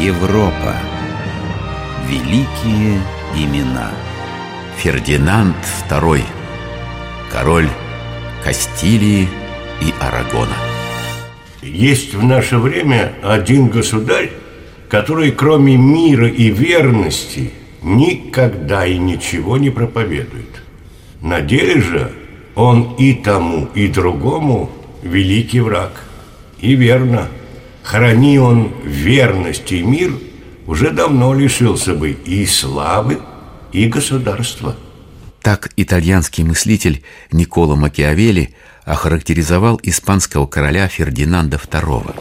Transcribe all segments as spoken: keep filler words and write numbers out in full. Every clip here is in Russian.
Европа. Великие имена. Фердинанд второй, король Кастилии и Арагона. Есть в наше время один государь, который кроме мира и верности никогда и ничего не проповедует. На деле же он и тому, и другому великий враг. И верно, храни он верность и мир, уже давно лишился бы и славы, и государства. Так итальянский мыслитель Никколо Макиавелли охарактеризовал испанского короля Фердинанда второго.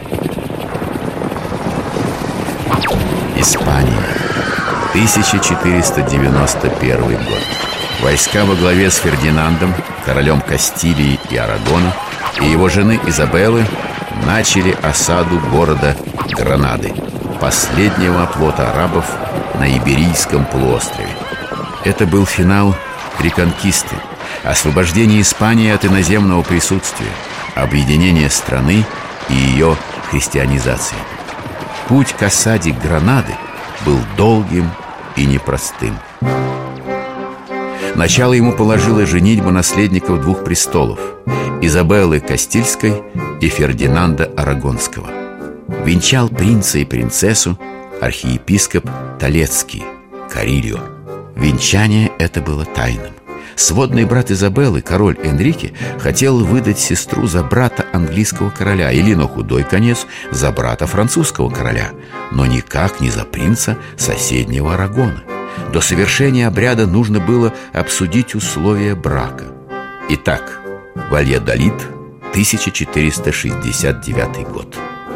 Испания, тысяча четыреста девяносто первый год. Войска во главе с Фердинандом, королем Кастилии и Арагона, и его жены Изабеллы начали осаду города Гранады, последнего оплота арабов на Иберийском полуострове. Это был финал реконкисты, освобождение Испании от иноземного присутствия, объединение страны и ее христианизации. Путь к осаде Гранады был долгим и непростым. Начало ему положила женитьба наследников двух престолов – Изабеллы Кастильской и Фердинанда Арагонского. Венчал принца и принцессу архиепископ Толецкий, Карильо. Венчание это было тайным. Сводный брат Изабеллы, король Энрике, хотел выдать сестру за брата английского короля или, на худой конец, за брата французского короля, но никак не за принца соседнего Арагона. До совершения обряда нужно было обсудить условия брака. Итак, Вальядолид, тысяча четыреста шестьдесят девятый год.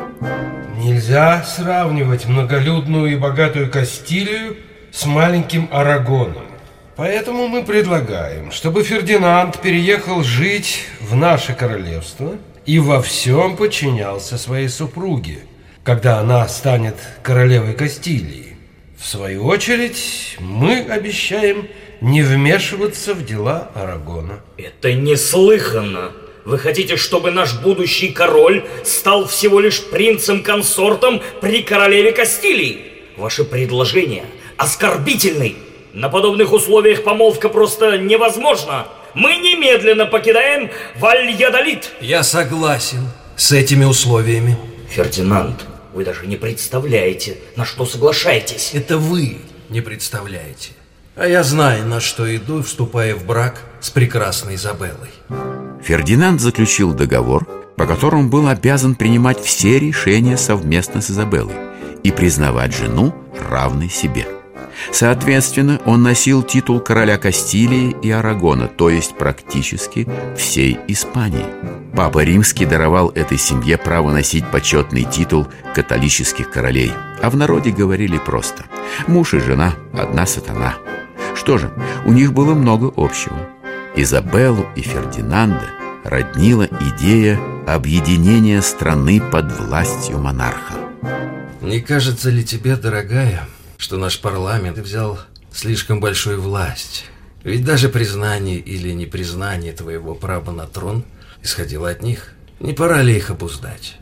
Нельзя сравнивать многолюдную и богатую Кастилию с маленьким Арагоном. Поэтому мы предлагаем, чтобы Фердинанд переехал жить в наше королевство и во всем подчинялся своей супруге, когда она станет королевой Кастилии. В свою очередь, мы обещаем не вмешиваться в дела Арагона. Это неслыханно! Вы хотите, чтобы наш будущий король стал всего лишь принцем-консортом при королеве Кастилии? Ваши предложения оскорбительны. На подобных условиях помолвка просто невозможна. Мы немедленно покидаем Вальядолид. Я согласен с этими условиями. Фердинанд, вы даже не представляете, на что соглашаетесь. Это вы не представляете. А я знаю, на что иду, вступая в брак с прекрасной Изабеллой. Фердинанд заключил договор, по которому был обязан принимать все решения совместно с Изабеллой и признавать жену равной себе. Соответственно, он носил титул короля Кастилии и Арагона, то есть практически всей Испании. Папа Римский даровал этой семье право носить почетный титул католических королей, а в народе говорили просто: муж и жена – одна сатана. Что же, у них было много общего. Изабеллу и Фердинанда роднила идея объединения страны под властью монарха. Не кажется ли тебе, дорогая, что наш парламент взял слишком большую власть? Ведь даже признание или непризнание твоего права на трон исходило от них. Не пора ли их обуздать?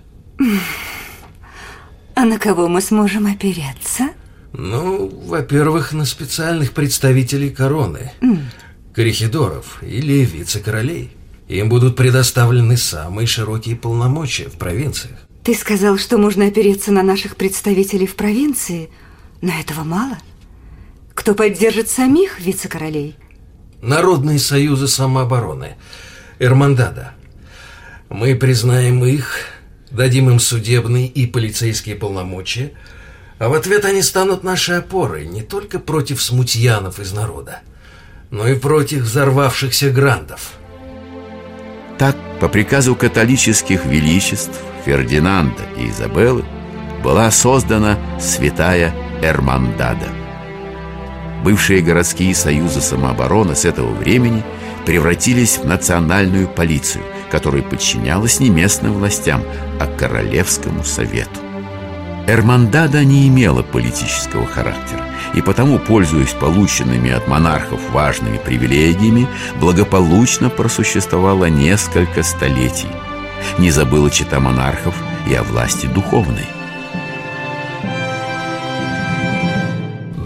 А на кого мы сможем опереться? Ну, во-первых, на специальных представителей короны, mm. коррехидоров или вице-королей. Им будут предоставлены самые широкие полномочия в провинциях. Ты сказал, что можно опереться на наших представителей в провинции, но этого мало. Кто поддержит самих вице-королей? Народные союзы самообороны, Эрмандада. Мы признаем их, дадим им судебные и полицейские полномочия, а в ответ они станут нашей опорой не только против смутьянов из народа, но и против взорвавшихся грандов. Так, по приказу католических величеств Фердинанда и Изабеллы была создана святая Эрмандада. Бывшие городские союзы самообороны с этого времени превратились в национальную полицию, которая подчинялась не местным властям, а Королевскому совету. Эрмандада не имела политического характера, и потому, пользуясь полученными от монархов важными привилегиями, благополучно просуществовала несколько столетий. Не забыла чета монархов и о власти духовной.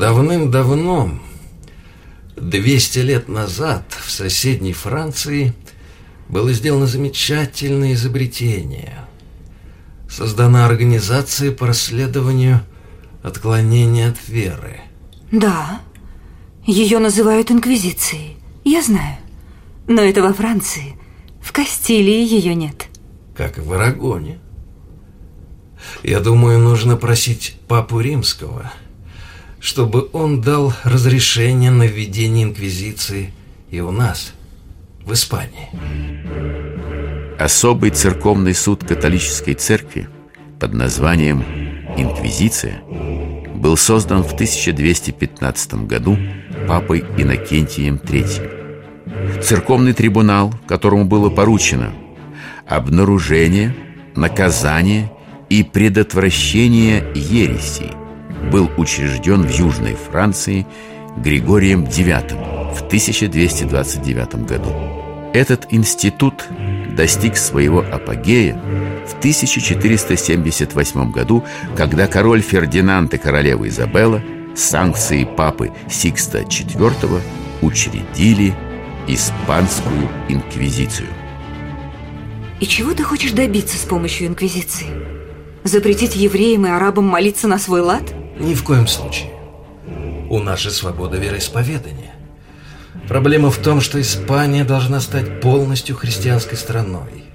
Давным-давно, двести лет назад, в соседней Франции было сделано замечательное изобретение. Создана организация по расследованию отклонения от веры. Да, ее называют инквизицией, я знаю. Но это во Франции. В Кастилии ее нет. Как и в Арагоне. Я думаю, нужно просить Папу Римского, чтобы он дал разрешение на введение инквизиции и у нас, в Испании. Особый церковный суд католической церкви под названием «Инквизиция» был создан в тысяча двести пятнадцатом году папой Иннокентием третьим. Церковный трибунал, которому было поручено обнаружение, наказание и предотвращение ересей, был учрежден в Южной Франции Григорием девятым в тысяча двести двадцать девятом году. Этот институт достиг своего апогея в тысяча четыреста семьдесят восьмом году, когда король Фердинанд и королева Изабелла с санкцией папы Сикста четвёртого учредили Испанскую инквизицию. И чего ты хочешь добиться с помощью инквизиции? Запретить евреям и арабам молиться на свой лад? Ни в коем случае. У нас же свобода вероисповедания. Проблема в том, что Испания должна стать полностью христианской страной.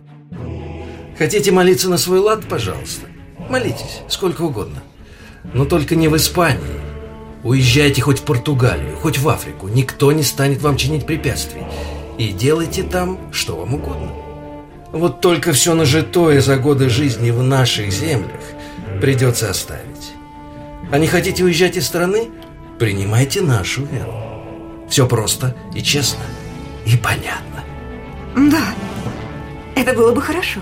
Хотите молиться на свой лад? Пожалуйста. Молитесь, сколько угодно. Но только не в Испании. Уезжайте хоть в Португалию, хоть в Африку. Никто не станет вам чинить препятствий. И делайте там, что вам угодно. Вот только все нажитое за годы жизни в наших землях придется оставить. А не хотите уезжать из страны? Принимайте нашу веру. Все просто и честно, и понятно. Да, это было бы хорошо.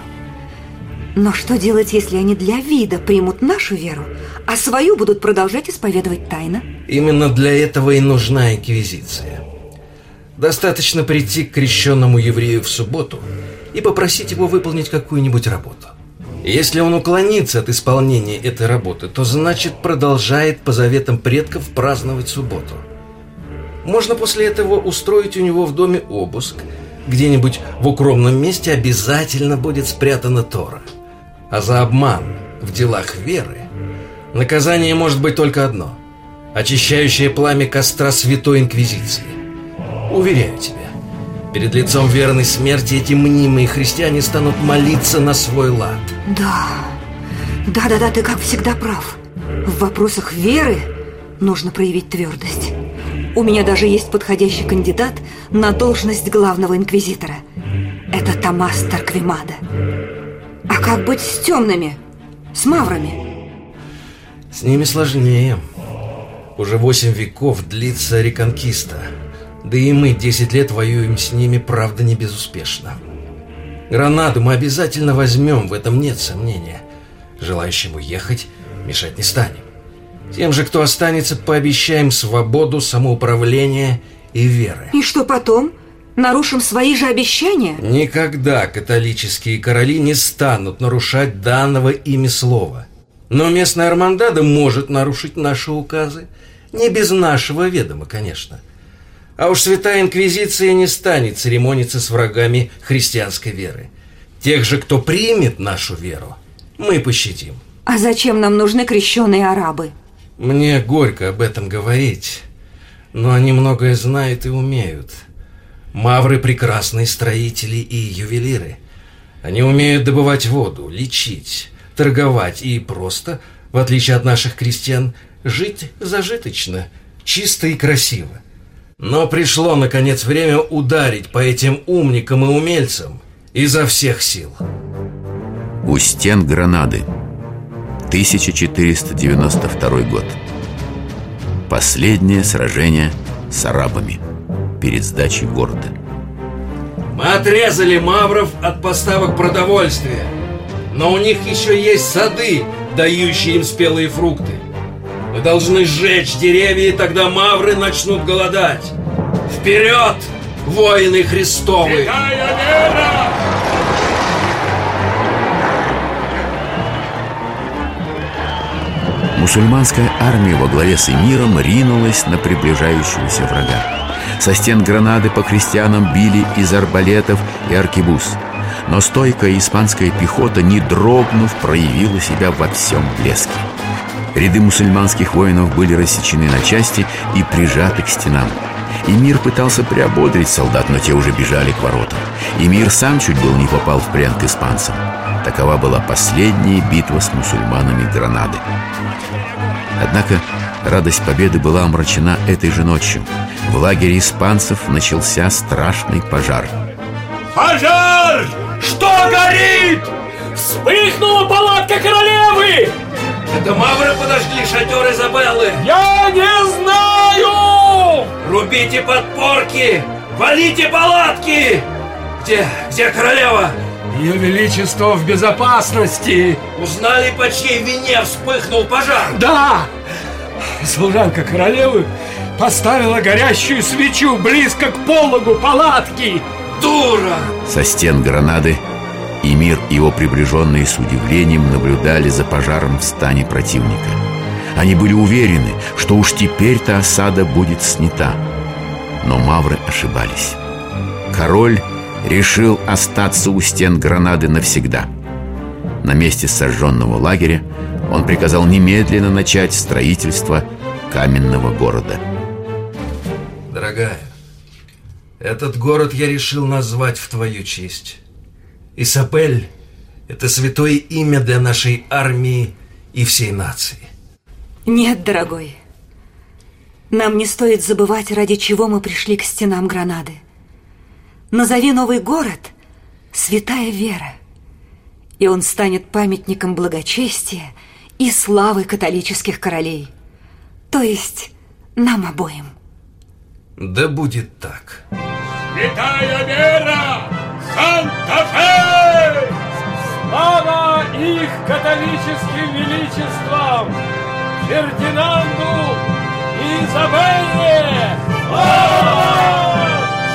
Но что делать, если они для вида примут нашу веру, а свою будут продолжать исповедовать тайно? Именно для этого и нужна инквизиция. Достаточно прийти к крещенному еврею в субботу и попросить его выполнить какую-нибудь работу. Если он уклонится от исполнения этой работы, то значит продолжает по заветам предков праздновать субботу. Можно после этого устроить у него в доме обыск. Где-нибудь в укромном месте обязательно будет спрятана Тора. А за обман в делах веры наказание может быть только одно: очищающее пламя костра Святой Инквизиции. Уверяю тебя, перед лицом верной смерти эти мнимые христиане станут молиться на свой лад. Да, да-да-да, ты как всегда прав. В вопросах веры нужно проявить твердость. У меня даже есть подходящий кандидат на должность главного инквизитора. Это Томас Торквемада. А как быть с темными? С маврами? С ними сложнее. Уже восемь веков длится реконкиста. Да и мы десять лет воюем с ними, правда, не безуспешно. Гранаду мы обязательно возьмем, в этом нет сомнения. Желающим уехать мешать не станем. Тем же, кто останется, пообещаем свободу, самоуправление и веры. И что потом? Нарушим свои же обещания? Никогда католические короли не станут нарушать данного ими слова. Но местная Эрмандада может нарушить наши указы. Не без нашего ведома, конечно. А уж Святая Инквизиция не станет церемониться с врагами христианской веры. Тех же, кто примет нашу веру, мы пощадим. А зачем нам нужны крещеные арабы? Мне горько об этом говорить, но они многое знают и умеют. Мавры – прекрасные строители и ювелиры. Они умеют добывать воду, лечить, торговать и просто, в отличие от наших крестьян, жить зажиточно, чисто и красиво. Но пришло, наконец, время ударить по этим умникам и умельцам изо всех сил. У стен Гранады. тысяча четыреста девяносто второй год. Последнее сражение с арабами перед сдачей города. Мы отрезали мавров от поставок продовольствия, но у них еще есть сады, дающие им спелые фрукты. Мы должны сжечь деревья, и тогда мавры начнут голодать. Вперед, воины Христовы! Мусульманская армия во главе с эмиром ринулась на приближающегося врага. Со стен Гранады по крестьянам били из арбалетов и аркебуз. Но стойкая испанская пехота, не дрогнув, проявила себя во всем блеске. Ряды мусульманских воинов были рассечены на части и прижаты к стенам. Эмир пытался приободрить солдат, но те уже бежали к воротам. Эмир сам чуть было не попал в плен к испанцам. Такова была последняя битва с мусульманами Гранады. Однако радость победы была омрачена этой же ночью. В лагере испанцев начался страшный пожар. Пожар! Что горит? Вспыхнула палатка королевы! Это мавры подожгли шатер Изабеллы. Я не знаю! Рубите подпорки! Валите палатки! Где, где королева? Ее Величество в безопасности. Узнали, по чьей вине вспыхнул пожар? Да! Служанка королевы поставила горящую свечу близко к пологу палатки. Дура! Со стен Гранады эмир и его приближенные с удивлением наблюдали за пожаром в стане противника. Они были уверены, что уж теперь-то осада будет снята. Но мавры ошибались. Король решил остаться у стен Гранады навсегда. На месте сожженного лагеря он приказал немедленно начать строительство каменного города. Дорогая, этот город я решил назвать в твою честь. Исабель – это святое имя для нашей армии и всей нации. Нет, дорогой. Нам не стоит забывать, ради чего мы пришли к стенам Гранады. Назови новый город «Святая Вера», и он станет памятником благочестия и славы католических королей. То есть нам обоим. Да будет так. Святая Вера! Санта-Фе! Слава их католическим величествам! Фердинанду и Изабелле! Слава!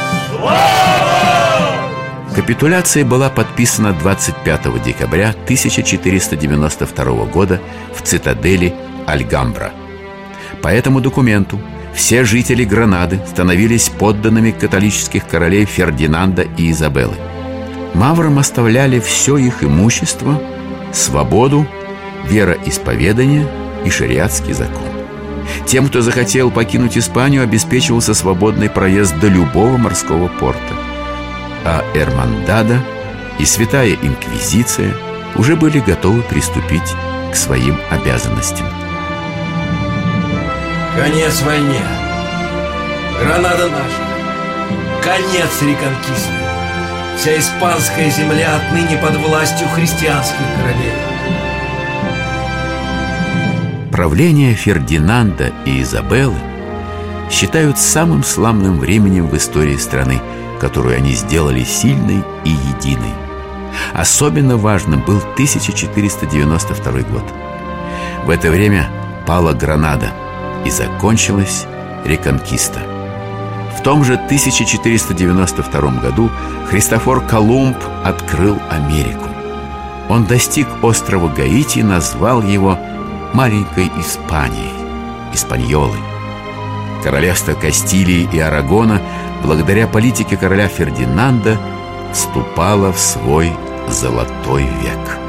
Слава! Капитуляция была подписана двадцать пятого декабря тысяча четыреста девяносто второго года в цитадели Альгамбра. По этому документу все жители Гранады становились подданными католических королей Фердинанда и Изабеллы. Маврам оставляли все их имущество, свободу, вероисповедание и шариатский закон. Тем, кто захотел покинуть Испанию, обеспечивался свободный проезд до любого морского порта. А Эрмандада и Святая Инквизиция уже были готовы приступить к своим обязанностям. Конец войне. Гранада наша. Конец реконкисты. Вся испанская земля отныне под властью христианских королей. Правление Фердинанда и Изабеллы считают самым славным временем в истории страны, которую они сделали сильной и единой. Особенно важным был тысяча четыреста девяносто второй год. В это время пала Гранада и закончилась реконкиста. В том же тысяча четыреста девяносто втором году Христофор Колумб открыл Америку. Он достиг острова Гаити и назвал его «Маленькой Испанией», Испаньолой. Королевство Кастилии и Арагона, благодаря политике короля Фердинанда, вступало в свой золотой век.